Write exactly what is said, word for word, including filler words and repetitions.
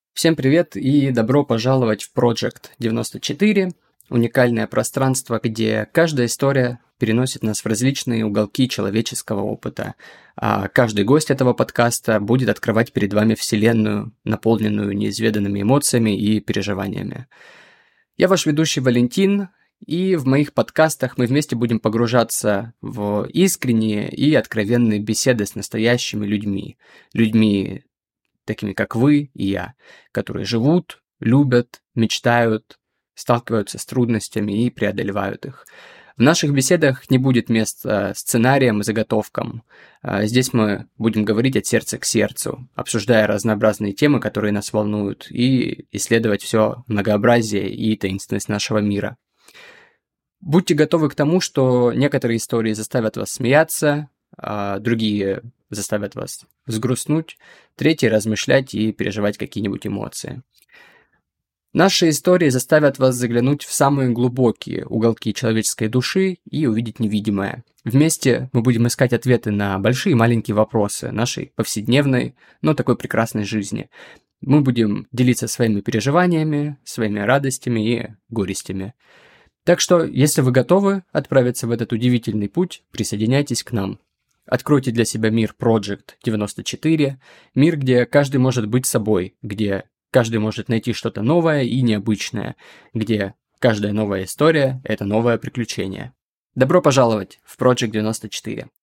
Всем привет и добро пожаловать в Project девяносто четыре, уникальное пространство, где каждая история переносит нас в различные уголки человеческого опыта, а каждый гость этого подкаста будет открывать перед вами вселенную, наполненную неизведанными эмоциями и переживаниями. Я ваш ведущий Валентин, и в моих подкастах мы вместе будем погружаться в искренние и откровенные беседы с настоящими людьми, людьми, такими как вы и я, которые живут, любят, мечтают, сталкиваются с трудностями и преодолевают их. В наших беседах не будет места сценариям и заготовкам. Здесь мы будем говорить от сердца к сердцу, обсуждая разнообразные темы, которые нас волнуют, и исследовать все многообразие и таинственность нашего мира. Будьте готовы к тому, что некоторые истории заставят вас смеяться, а другие заставят вас взгрустнуть, третьи размышлять и переживать какие-нибудь эмоции. Наши истории заставят вас заглянуть в самые глубокие уголки человеческой души и увидеть невидимое. Вместе мы будем искать ответы на большие и маленькие вопросы нашей повседневной, но такой прекрасной жизни. Мы будем делиться своими переживаниями, своими радостями и горестями. Так что, если вы готовы отправиться в этот удивительный путь, присоединяйтесь к нам. Откройте для себя мир Project девяносто четыре, мир, где каждый может быть собой, где каждый может найти что-то новое и необычное, где каждая новая история – это новое приключение. Добро пожаловать в Project девяносто четыре.